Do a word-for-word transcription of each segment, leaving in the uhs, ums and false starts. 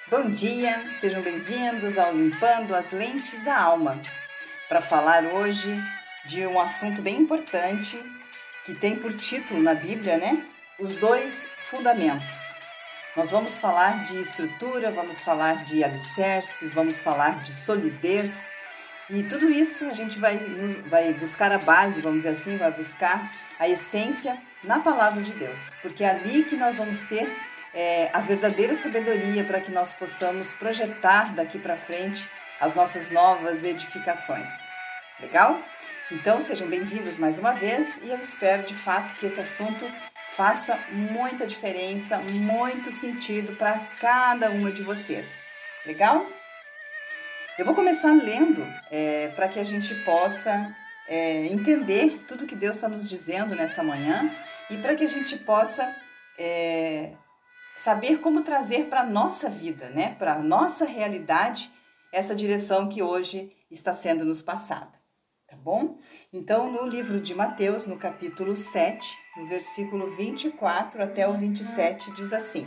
Bom dia, sejam bem-vindos ao Limpando as Lentes da Alma, para falar hoje de um assunto bem importante que tem por título na Bíblia, né? Os dois fundamentos. Nós vamos falar de estrutura, vamos falar de alicerces, vamos falar de solidez e tudo isso a gente vai, vai buscar a base, vamos dizer assim, vai buscar a essência na Palavra de Deus, porque é ali que nós vamos ter É, a verdadeira sabedoria para que nós possamos projetar daqui para frente as nossas novas edificações. Legal? Então, sejam bem-vindos mais uma vez e eu espero de fato que esse assunto faça muita diferença, muito sentido para cada uma de vocês. Legal? Eu vou começar lendo é, para que a gente possa é, entender tudo que Deus está nos dizendo nessa manhã e para que a gente possa É, saber como trazer para a nossa vida, né? Para a nossa realidade, essa direção que hoje está sendo nos passada, tá bom? Então, no livro de Mateus, no capítulo sete, no versículo vinte e quatro até o vinte e sete, diz assim.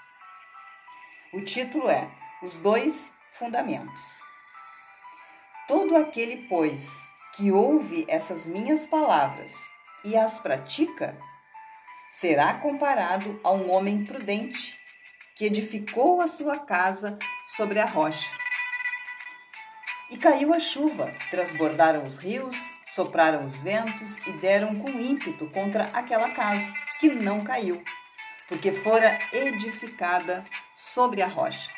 O título é Os Dois Fundamentos. Todo aquele, pois, que ouve essas minhas palavras e as pratica, será comparado a um homem prudente que edificou a sua casa sobre a rocha. E caiu a chuva, transbordaram os rios, sopraram os ventos e deram com ímpeto contra aquela casa, que não caiu, porque fora edificada sobre a rocha.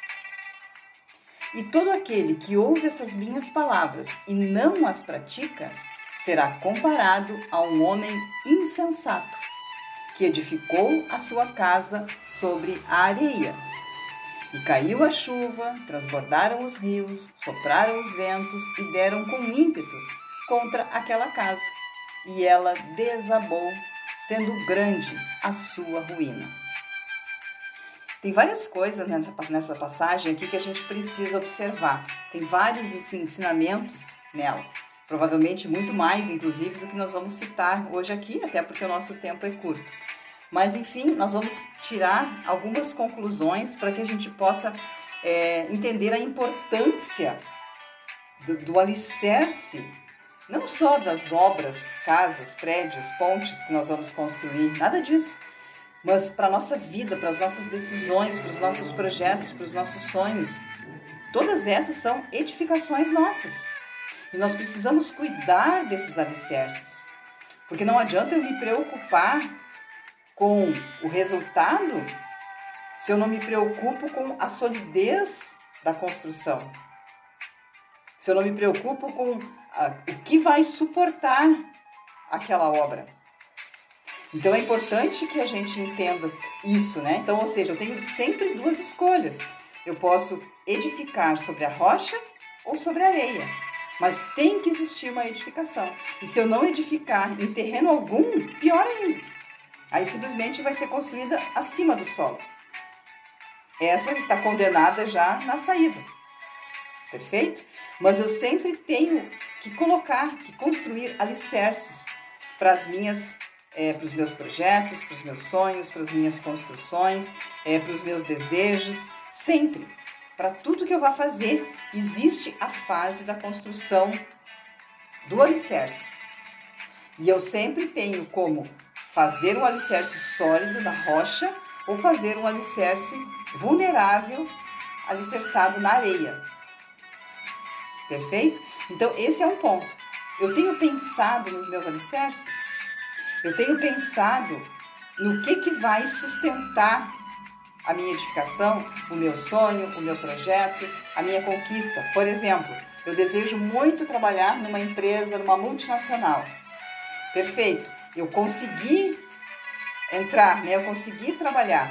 E todo aquele que ouve essas minhas palavras e não as pratica, será comparado a um homem insensato, que edificou a sua casa sobre a areia. E caiu a chuva, transbordaram os rios, sopraram os ventos e deram com ímpeto contra aquela casa. E ela desabou, sendo grande a sua ruína. Tem várias coisas nessa, nessa passagem aqui que a gente precisa observar. Tem vários ensinamentos nela. Provavelmente muito mais, inclusive, do que nós vamos citar hoje aqui, até porque o nosso tempo é curto. Mas, enfim, nós vamos tirar algumas conclusões para que a gente possa é, entender a importância do, do alicerce, não só das obras, casas, prédios, pontes que nós vamos construir, nada disso, mas para a nossa vida, para as nossas decisões, para os nossos projetos, para os nossos sonhos. Todas essas são edificações nossas. E nós precisamos cuidar desses alicerces, porque não adianta eu me preocupar com o resultado se eu não me preocupo com a solidez da construção, se eu não me preocupo com a, o que vai suportar aquela obra. Então é importante que a gente entenda isso, né? Então, ou seja, eu tenho sempre duas escolhas. Eu posso edificar sobre a rocha ou sobre a areia, mas tem que existir uma edificação. E se eu não edificar em terreno algum, pior ainda. Aí simplesmente vai ser construída acima do solo. Essa está condenada já na saída. Perfeito? Mas eu sempre tenho que colocar, que construir alicerces para as minhas, é, para os meus projetos, para os meus sonhos, para as minhas construções, é, para os meus desejos. Sempre. Para tudo que eu vá fazer, existe a fase da construção do alicerce. E eu sempre tenho como fazer um alicerce sólido na rocha ou fazer um alicerce vulnerável, alicerçado na areia. Perfeito? Então, esse é um ponto. Eu tenho pensado nos meus alicerces, eu tenho pensado no que, que vai sustentar a minha edificação, o meu sonho, o meu projeto, a minha conquista. Por exemplo, eu desejo muito trabalhar numa empresa, numa multinacional. Perfeito. Eu consegui entrar, né? Eu consegui trabalhar.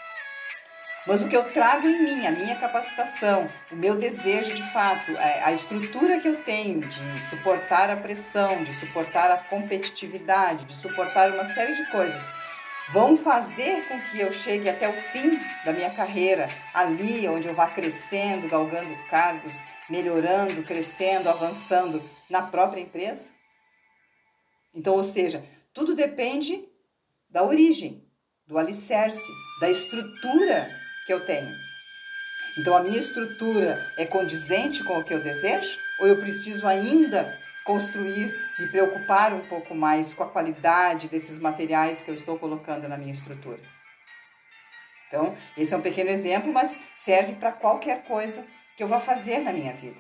Mas o que eu trago em mim, a minha capacitação, o meu desejo de fato, a estrutura que eu tenho de suportar a pressão, de suportar a competitividade, de suportar uma série de coisas, vão fazer com que eu chegue até o fim da minha carreira, ali onde eu vá crescendo, galgando cargos, melhorando, crescendo, avançando na própria empresa? Então, ou seja, tudo depende da origem, do alicerce, da estrutura que eu tenho. Então, a minha estrutura é condizente com o que eu desejo? Ou eu preciso ainda construir, me preocupar um pouco mais com a qualidade desses materiais que eu estou colocando na minha estrutura? Então, esse é um pequeno exemplo, mas serve para qualquer coisa que eu vá fazer na minha vida.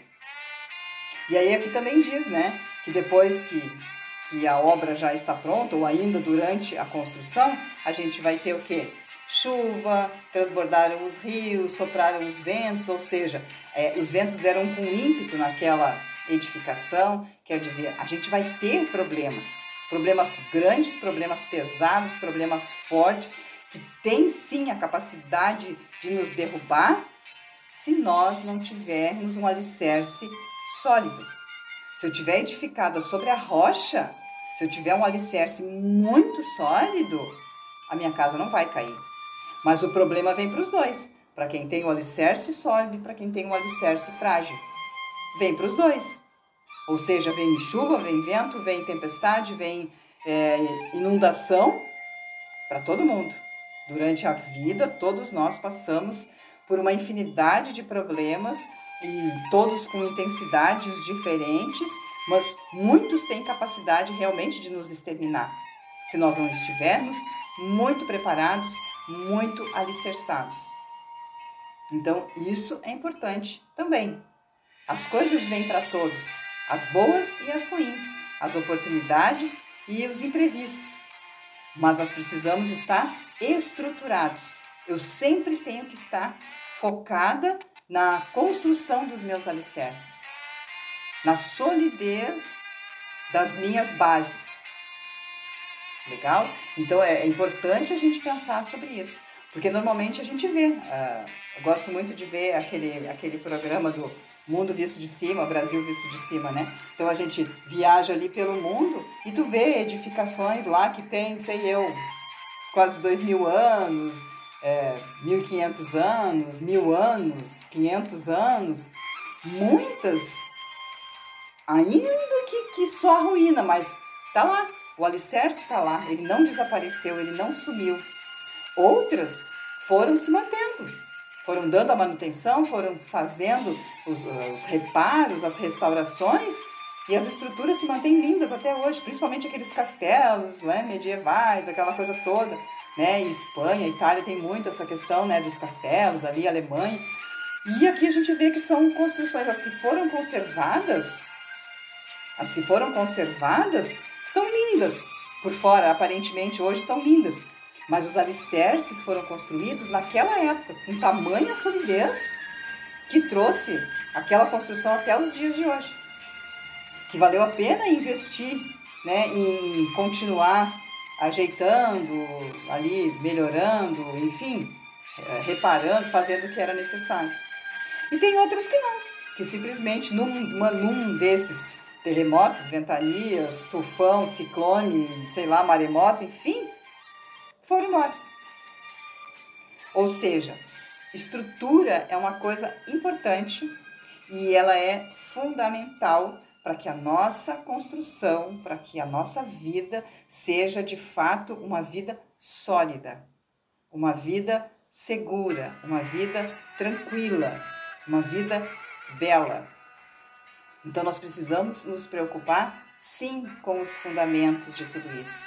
E aí aqui também diz, né, que depois que, que a obra já está pronta, ou ainda durante a construção, a gente vai ter o quê? Chuva, transbordaram os rios, sopraram os ventos, ou seja, é, os ventos deram com ímpeto naquela edificação, quer dizer, a gente vai ter problemas, problemas grandes, problemas pesados, problemas fortes, que tem sim a capacidade de nos derrubar, se nós não tivermos um alicerce sólido. Se eu tiver edificada sobre a rocha, se eu tiver um alicerce muito sólido, a minha casa não vai cair. Mas o problema vem para os dois, para quem tem o alicerce sólido e para quem tem o alicerce frágil. Vem para os dois. Ou seja, vem chuva, vem vento, vem tempestade, vem é, inundação para todo mundo. Durante a vida, todos nós passamos por uma infinidade de problemas e todos com intensidades diferentes, mas muitos têm capacidade realmente de nos exterminar, se nós não estivermos muito preparados, muito alicerçados. Então, isso é importante também. As coisas vêm para todos, as boas e as ruins, as oportunidades e os imprevistos. Mas nós precisamos estar estruturados. Eu sempre tenho que estar focada na construção dos meus alicerces, na solidez das minhas bases. Legal? Então é importante a gente pensar sobre isso, porque normalmente a gente vê, uh, eu gosto muito de ver aquele, aquele programa do Mundo Visto de Cima, Brasil Visto de Cima, né? Então a gente viaja ali pelo mundo e tu vê edificações lá que tem, sei eu, quase dois mil anos, é, mil e quinhentos anos, mil anos, quinhentos anos, muitas ainda que, que só a ruína, mas tá lá, o alicerce está lá, ele não desapareceu, ele não sumiu. Outras foram se mantendo, foram dando a manutenção, foram fazendo os, os reparos, as restaurações, e as estruturas se mantêm lindas até hoje, principalmente aqueles castelos, né, medievais, aquela coisa toda, né? E Espanha, Itália tem muito essa questão, né, dos castelos ali, Alemanha. E aqui a gente vê que são construções, as que foram conservadas, as que foram conservadas estão lindas por fora, aparentemente hoje estão lindas, mas os alicerces foram construídos naquela época, com tamanha solidez que trouxe aquela construção até os dias de hoje. Que valeu a pena investir, né, em continuar ajeitando, ali melhorando, enfim, reparando, fazendo o que era necessário. E tem outras que não, que simplesmente num, num desses terremotos, ventanias, tufão, ciclone, sei lá, maremoto, enfim, foram embora. Ou seja, estrutura é uma coisa importante e ela é fundamental para que a nossa construção, para que a nossa vida seja de fato uma vida sólida, uma vida segura, uma vida tranquila, uma vida bela. Então nós precisamos nos preocupar sim com os fundamentos de tudo isso.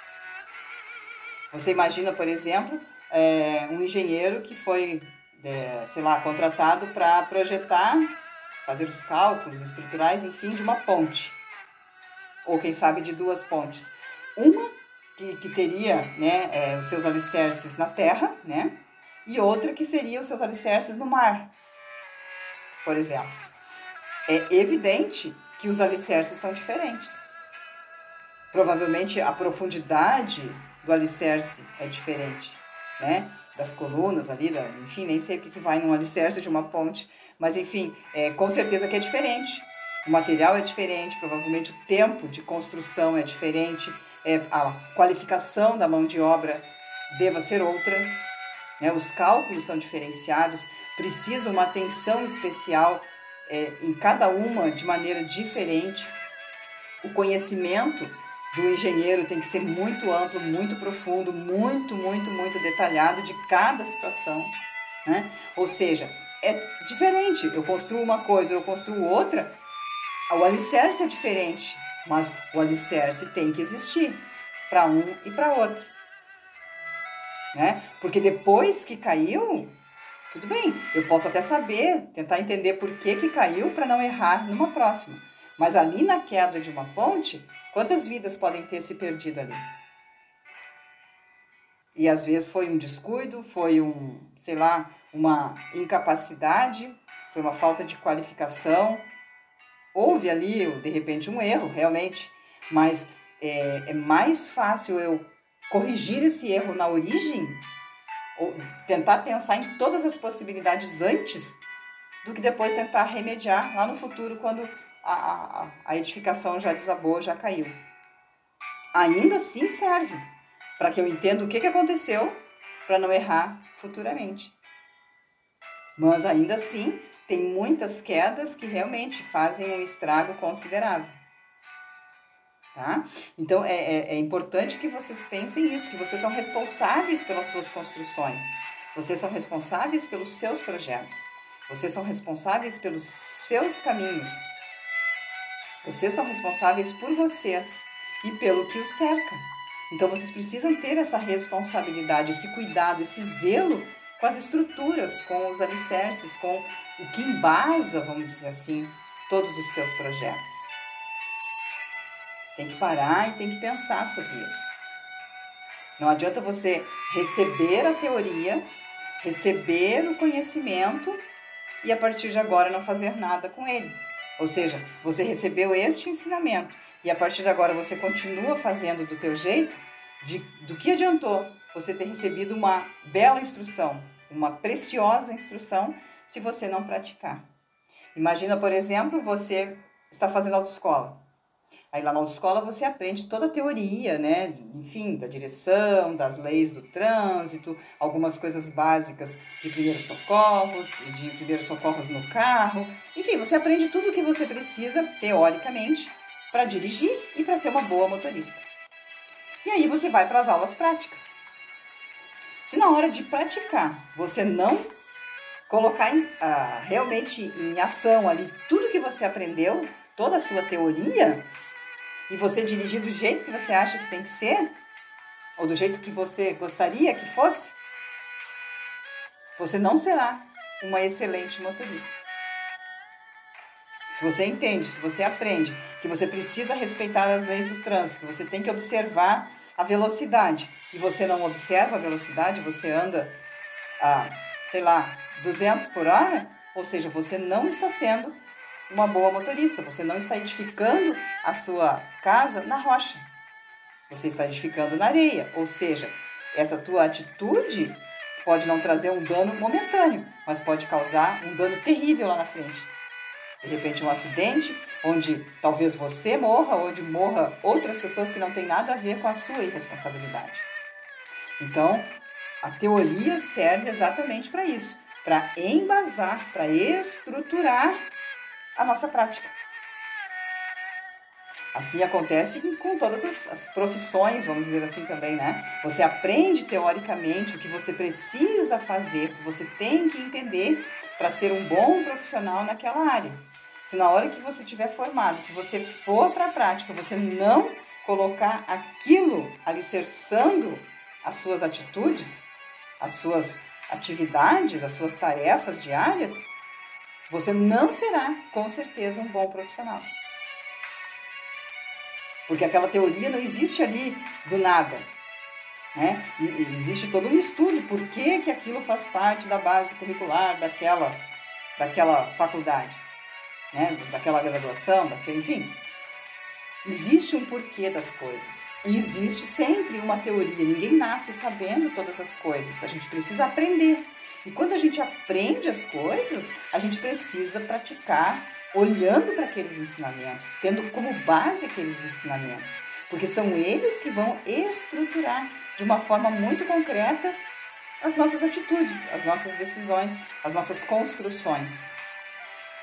Você imagina, por exemplo, é, um engenheiro que foi, é, sei lá, contratado para projetar, fazer os cálculos estruturais, enfim, de uma ponte. Ou quem sabe de duas pontes. Uma que, que teria, né, é, os seus alicerces na terra, né? E outra que seria os seus alicerces no mar, por exemplo. É evidente que os alicerces são diferentes. Provavelmente a profundidade do alicerce é diferente, né? Das colunas ali, da, enfim, nem sei o que, que vai num alicerce de uma ponte, mas enfim, é, com certeza que é diferente. O material é diferente, provavelmente o tempo de construção é diferente, é, a qualificação da mão de obra deva ser outra, né? Os cálculos são diferenciados, precisa uma atenção especial é, em cada uma de maneira diferente. O conhecimento do engenheiro tem que ser muito amplo, muito profundo, muito, muito, muito detalhado de cada situação, né? Ou seja, é diferente. Eu construo uma coisa, eu construo outra, o alicerce é diferente, mas o alicerce tem que existir para um e para outro, né? Porque depois que caiu, tudo bem, eu posso até saber, tentar entender por que que caiu para não errar numa próxima. Mas ali na queda de uma ponte, quantas vidas podem ter se perdido ali? E às vezes foi um descuido, foi um, sei lá, uma incapacidade, foi uma falta de qualificação. Houve ali, de repente, um erro, realmente, mas é, é mais fácil eu corrigir esse erro na origem, ou tentar pensar em todas as possibilidades antes, do que depois tentar remediar lá no futuro, quando a, a, a edificação já desabou, já caiu. Ainda assim serve para que eu entenda o que, que aconteceu, para não errar futuramente. Mas ainda assim, tem muitas quedas que realmente fazem um estrago considerável. Tá? Então, é, é, é importante que vocês pensem isso, que vocês são responsáveis pelas suas construções. Vocês são responsáveis pelos seus projetos. Vocês são responsáveis pelos seus caminhos. Vocês são responsáveis por vocês e pelo que os cerca. Então, vocês precisam ter essa responsabilidade, esse cuidado, esse zelo com as estruturas, com os alicerces, com o que embasa, vamos dizer assim, todos os teus projetos. Tem que parar e tem que pensar sobre isso. Não adianta você receber a teoria, receber o conhecimento e a partir de agora não fazer nada com ele. Ou seja, você recebeu este ensinamento e a partir de agora você continua fazendo do teu jeito, de, do que adiantou você ter recebido uma bela instrução, uma preciosa instrução, se você não praticar. Imagina, por exemplo, você está fazendo autoescola. Aí lá na autoescola você aprende toda a teoria, né? Enfim, da direção, das leis do trânsito, algumas coisas básicas de primeiros socorros, de primeiros socorros no carro. Enfim, você aprende tudo o que você precisa, teoricamente, para dirigir e para ser uma boa motorista. E aí você vai para as aulas práticas. Se na hora de praticar você não colocar em, ah, realmente em ação ali tudo que você aprendeu, toda a sua teoria, e você dirigir do jeito que você acha que tem que ser, ou do jeito que você gostaria que fosse, você não será uma excelente motorista. Se você entende, se você aprende que você precisa respeitar as leis do trânsito, que você tem que observar a velocidade, e você não observa a velocidade, você anda a, sei lá, duzentos por hora, ou seja, você não está sendo uma boa motorista, você não está edificando a sua casa na rocha, você está edificando na areia, ou seja, essa tua atitude pode não trazer um dano momentâneo, mas pode causar um dano terrível lá na frente. De repente um acidente, onde talvez você morra, onde morra outras pessoas que não têm nada a ver com a sua irresponsabilidade. Então, a teoria serve exatamente para isso, para embasar, para estruturar a nossa prática. Assim acontece com todas as, as profissões, vamos dizer assim também, né? Você aprende teoricamente o que você precisa fazer, o que você tem que entender para ser um bom profissional naquela área. Se na hora que você estiver formado, que você for para a prática, você não colocar aquilo alicerçando as suas atitudes, as suas atividades, as suas tarefas diárias, você não será, com certeza, um bom profissional. Porque aquela teoria não existe ali do nada, né? E, e existe todo um estudo por que, que aquilo faz parte da base curricular daquela, daquela faculdade, né? Daquela graduação, daquele, enfim. Existe um porquê das coisas. E existe sempre uma teoria. Ninguém nasce sabendo todas as coisas. A gente precisa aprender. E quando a gente aprende as coisas, a gente precisa praticar olhando para aqueles ensinamentos, tendo como base aqueles ensinamentos. Porque são eles que vão estruturar de uma forma muito concreta as nossas atitudes, as nossas decisões, as nossas construções.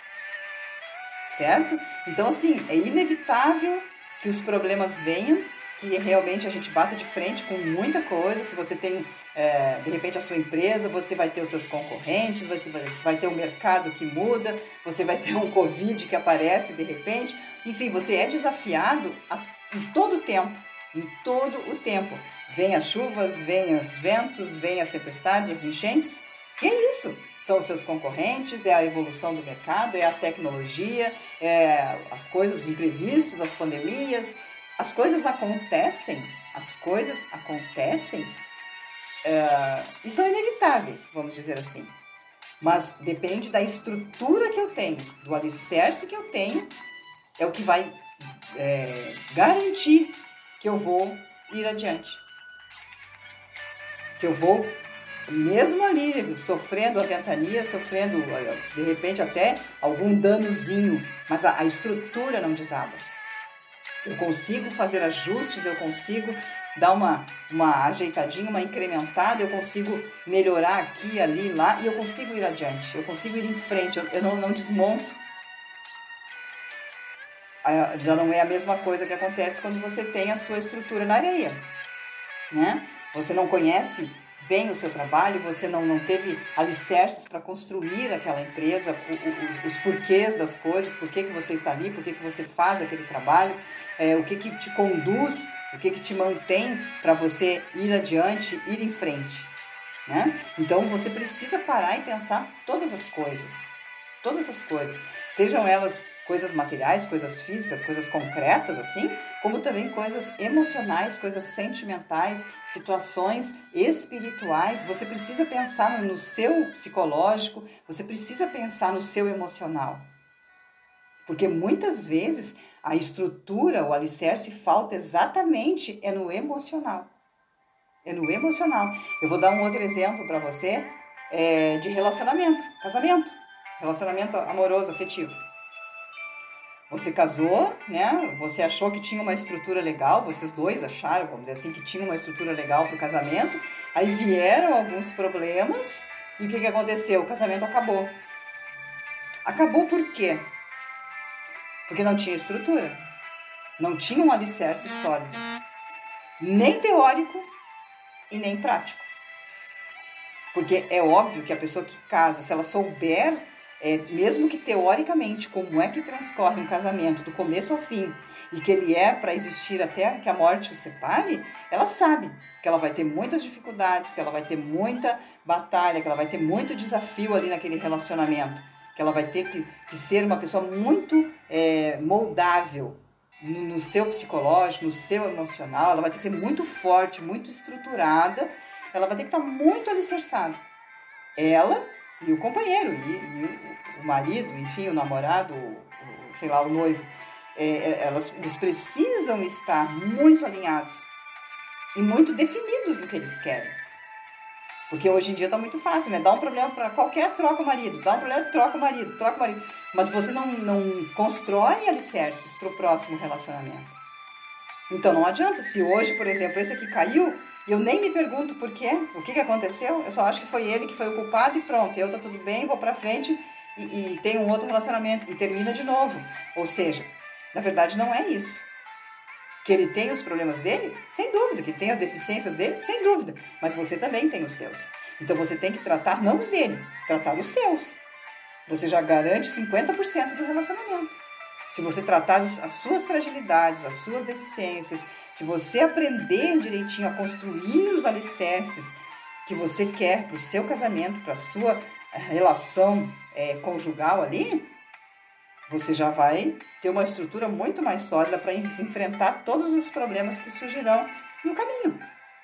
Certo? Então, assim, é inevitável que os problemas venham, que realmente a gente bata de frente com muita coisa. Se você tem, é, de repente, a sua empresa, você vai ter os seus concorrentes, vai ter, vai ter um mercado que muda, você vai ter um Covid que aparece de repente. Enfim, você é desafiado a, em todo o tempo, em todo o tempo. Vem as chuvas, vem os ventos, vem as tempestades, as enchentes. Que é isso? São os seus concorrentes, é a evolução do mercado, é a tecnologia, é as coisas, os imprevistos, as pandemias. As coisas acontecem, as coisas acontecem é, e são inevitáveis, vamos dizer assim. Mas depende da estrutura que eu tenho, do alicerce que eu tenho, é o que vai é, garantir que eu vou ir adiante. Que eu vou, mesmo ali, sofrendo a ventania, sofrendo, de repente, até algum danozinho, mas a, a estrutura não desaba. Eu consigo fazer ajustes, eu consigo dar uma, uma ajeitadinha, uma incrementada, eu consigo melhorar aqui, ali, lá, e eu consigo ir adiante, eu consigo ir em frente, eu, eu não, não desmonto. Já não é a mesma coisa que acontece quando você tem a sua estrutura na areia, né? Você não conhece bem o seu trabalho, você não, não teve alicerces para construir aquela empresa, o, o, os porquês das coisas, por que, que você está ali, por que, que você faz aquele trabalho, é, o que, que te conduz, o que, que te mantém para você ir adiante, ir em frente, né? Então você precisa parar e pensar todas as coisas, todas as coisas, sejam elas coisas materiais, coisas físicas, coisas concretas, assim, como também coisas emocionais, coisas sentimentais, situações espirituais. Você precisa pensar no seu psicológico, você precisa pensar no seu emocional. Porque muitas vezes a estrutura, o alicerce falta exatamente é no emocional. É no emocional. Eu vou dar um outro exemplo para você é, de relacionamento, casamento, relacionamento amoroso, afetivo. Você casou, né? Você achou que tinha uma estrutura legal, vocês dois acharam, vamos dizer assim, que tinha uma estrutura legal para o casamento. Aí vieram alguns problemas e o que, que aconteceu? O casamento acabou. Acabou por quê? Porque não tinha estrutura. Não tinha um alicerce sólido. Nem teórico e nem prático. Porque é óbvio que a pessoa que casa, se ela souber... É, mesmo que teoricamente, como é que transcorre um casamento do começo ao fim e que ele é para existir até que a morte o separe, ela sabe que ela vai ter muitas dificuldades, que ela vai ter muita batalha, que ela vai ter muito desafio ali naquele relacionamento, que ela vai ter que, que ser uma pessoa muito é, moldável no, no seu psicológico, no seu emocional, ela vai ter que ser muito forte, muito estruturada, ela vai ter que estar muito alicerçada. Ela... E o companheiro, e, e o, o marido, enfim, o namorado, o, o, sei lá, o noivo, é, elas, eles precisam estar muito alinhados e muito definidos no que eles querem. Porque hoje em dia está muito fácil, né? Dá um problema para qualquer, troca o marido, dá um problema, troca o marido, troca o marido. Mas você não, não constrói alicerces para o próximo relacionamento. Então não adianta. Se hoje, por exemplo, esse aqui caiu... E eu nem me pergunto por quê, o que, que aconteceu, eu só acho que foi ele que foi o culpado e pronto, eu tô tudo bem, vou pra frente e, e tenho um outro relacionamento e termina de novo. Ou seja, na verdade não é isso. Que ele tem os problemas dele, sem dúvida, que ele tem as deficiências dele, sem dúvida, mas você também tem os seus. Então você tem que tratar não os dele, tratar os seus. Você já garante cinquenta por cento do relacionamento. Se você tratar as suas fragilidades, as suas deficiências, se você aprender direitinho a construir os alicerces que você quer para o seu casamento, para a sua relação é, conjugal ali, você já vai ter uma estrutura muito mais sólida para enfrentar todos os problemas que surgirão no caminho.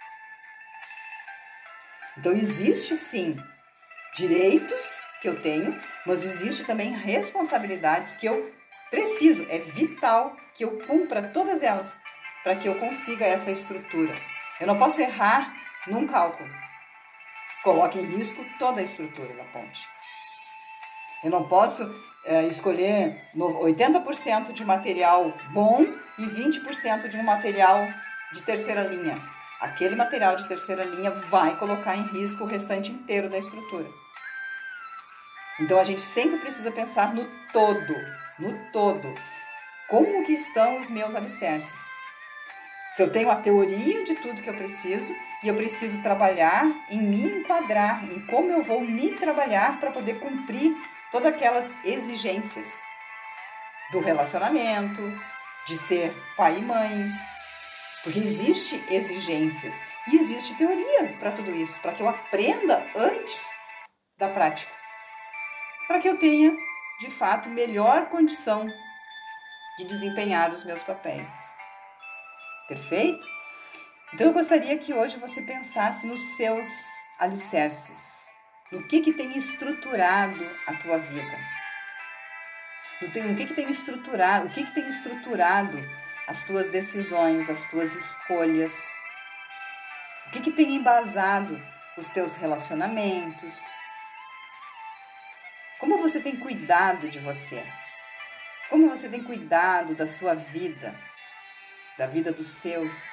Então, existe sim direitos que eu tenho, mas existe também responsabilidades que eu preciso, é vital que eu cumpra todas elas para que eu consiga essa estrutura. Eu não posso errar num cálculo. Coloque em risco toda a estrutura da ponte. Eu não posso é, escolher oitenta por cento de material bom e vinte por cento de um material de terceira linha. Aquele material de terceira linha vai colocar em risco o restante inteiro da estrutura. Então a gente sempre precisa pensar no todo, no todo. Como que estão os meus alicerces? Se eu tenho a teoria de tudo que eu preciso e eu preciso trabalhar em me enquadrar, em como eu vou me trabalhar para poder cumprir todas aquelas exigências do relacionamento, de ser pai e mãe, porque existe exigências e existe teoria para tudo isso, para que eu aprenda antes da prática, para que eu tenha, de fato, melhor condição de desempenhar os meus papéis. Perfeito? Então eu gostaria que hoje você pensasse nos seus alicerces, no que que tem estruturado a tua vida, no que que tem estruturado, o que que tem estruturado as tuas decisões, as tuas escolhas, o que que tem embasado os teus relacionamentos, como você tem cuidado de você, como você tem cuidado da sua vida, da vida dos seus.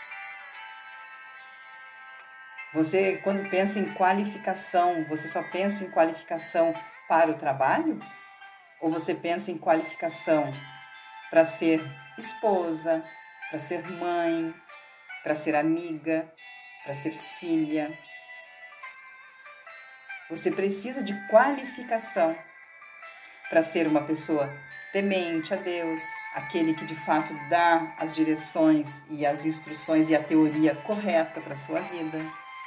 Você, quando pensa em qualificação, você só pensa em qualificação para o trabalho? Ou você pensa em qualificação para ser esposa, para ser mãe, para ser amiga, para ser filha? Você precisa de qualificação para ser uma pessoa temente a Deus, aquele que de fato dá as direções e as instruções e a teoria correta para a sua vida.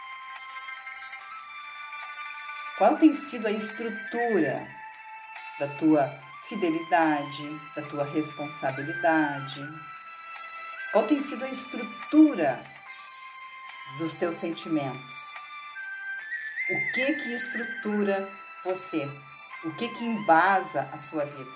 Qual tem sido a estrutura da tua fidelidade, da tua responsabilidade? Qual tem sido a estrutura dos teus sentimentos? O que que estrutura você? O que que embasa a sua vida?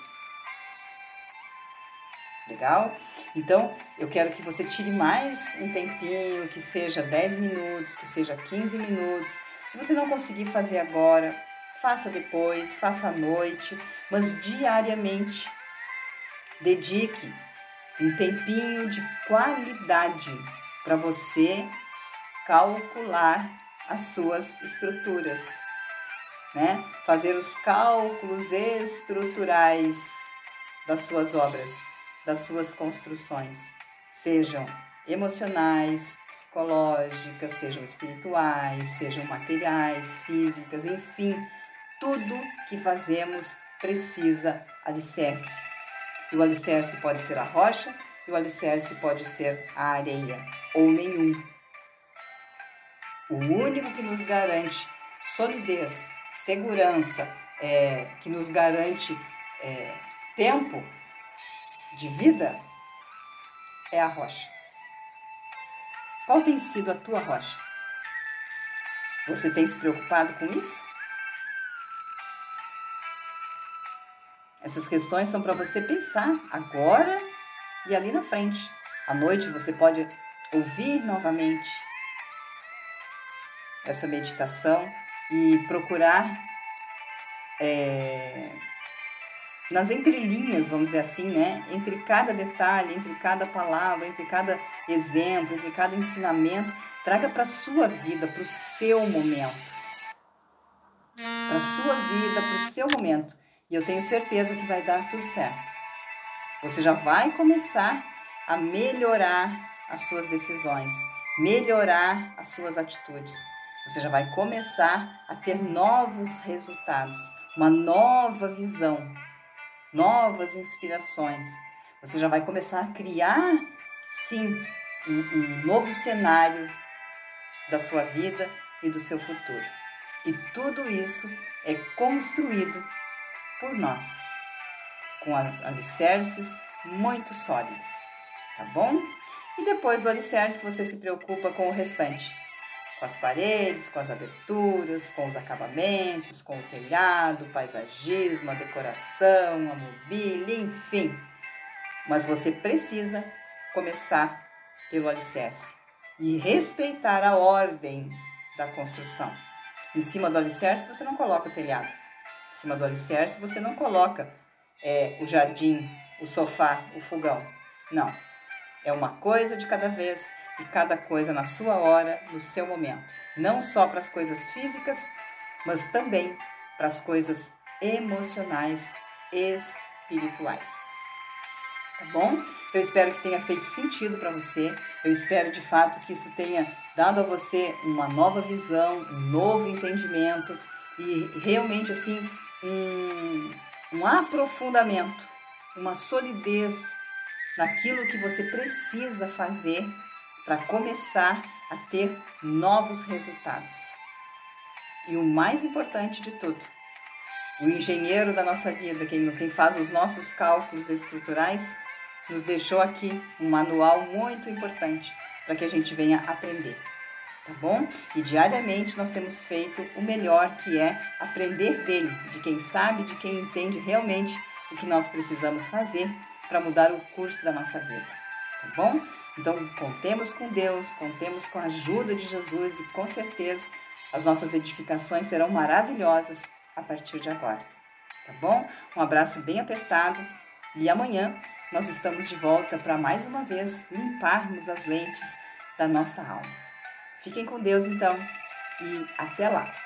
Legal? Então, eu quero que você tire mais um tempinho, que seja dez minutos, que seja quinze minutos. Se você não conseguir fazer agora, faça depois, faça à noite, mas diariamente dedique um tempinho de qualidade para você calcular as suas estruturas, né? Fazer os cálculos estruturais das suas obras, das suas construções, sejam emocionais, psicológicas, sejam espirituais, sejam materiais, físicas, enfim, tudo que fazemos precisa alicerce. E o alicerce pode ser a rocha e o alicerce pode ser a areia, ou nenhum. O único que nos garante solidez, segurança, é, que nos garante é, tempo de vida é a rocha. Qual tem sido a tua rocha? Você tem se preocupado com isso? Essas questões são para você pensar agora e ali na frente. À noite você pode ouvir novamente essa meditação e procurar é, nas entrelinhas, vamos dizer assim, né? Entre cada detalhe, entre cada palavra, entre cada exemplo, entre cada ensinamento, traga para a sua vida, para o seu momento. Para a sua vida, para o seu momento. E eu tenho certeza que vai dar tudo certo. Você já vai começar a melhorar as suas decisões, melhorar as suas atitudes. Você já vai começar a ter novos resultados, uma nova visão, novas inspirações. Você já vai começar a criar, sim, um, um novo cenário da sua vida e do seu futuro. E tudo isso é construído por nós, com as alicerces muito sólidos, tá bom? E depois do alicerce você se preocupa com o restante, com as paredes, com as aberturas, com os acabamentos, com o telhado, o paisagismo, a decoração, a mobília, enfim. Mas você precisa começar pelo alicerce e respeitar a ordem da construção. Em cima do alicerce você não coloca o telhado. Em cima do alicerce você não coloca é, o jardim, o sofá, o fogão. Não. É uma coisa de cada vez e cada coisa na sua hora, no seu momento. Não só para as coisas físicas, mas também para as coisas emocionais, espirituais. Tá bom? Eu espero que tenha feito sentido para você. Eu espero de fato que isso tenha dado a você uma nova visão, um novo entendimento e realmente assim um, um aprofundamento, uma solidez naquilo que você precisa fazer para começar a ter novos resultados. E o mais importante de tudo, o engenheiro da nossa vida, quem, quem faz os nossos cálculos estruturais, nos deixou aqui um manual muito importante para que a gente venha aprender, tá bom? E diariamente nós temos feito o melhor, que é aprender dele, de quem sabe, de quem entende realmente o que nós precisamos fazer para mudar o curso da nossa vida, tá bom? Então, contemos com Deus, contemos com a ajuda de Jesus e com certeza as nossas edificações serão maravilhosas a partir de agora, tá bom? Um abraço bem apertado e amanhã nós estamos de volta para mais uma vez limparmos as lentes da nossa alma. Fiquem com Deus então e até lá!